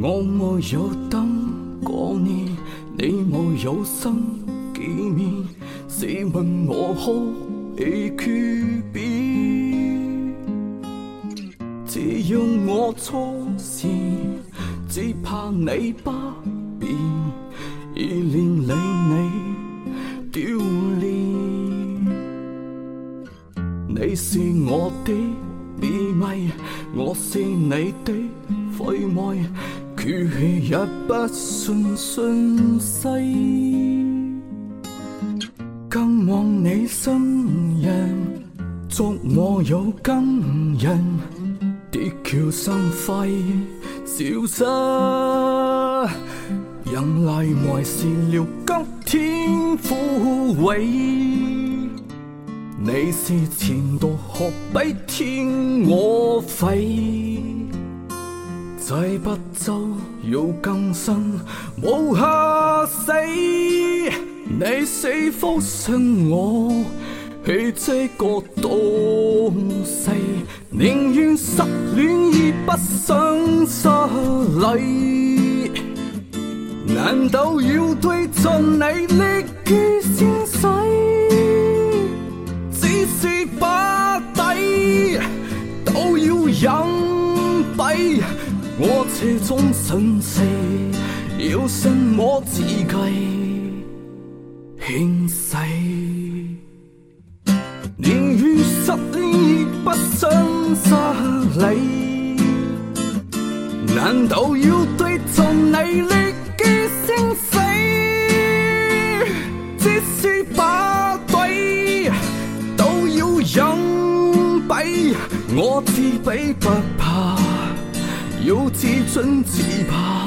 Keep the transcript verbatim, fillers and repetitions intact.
我沒有等過你，你沒有生見面，試問我可以區別？只要我錯時，只怕你不變，以連理你丟臉。你是我的秘密，我是你的廢昧，缺氣也不信訊息。更望你身人，祝我有更人，跌橋生輝消失。人來埋是了今天枯萎，你是前度學比天我廢，再不走要更新無下死。你是否信我係這個東西，寧願失戀而不想失禮，難道要對盡你力竭先死？只是把底都要隱蔽，我這種信息要信我自己輕逝，寧願失戀而不想失禮，難道要對盡你力竭先死？只是把對都要隱蔽，我自卑不怕，要自尊自怕。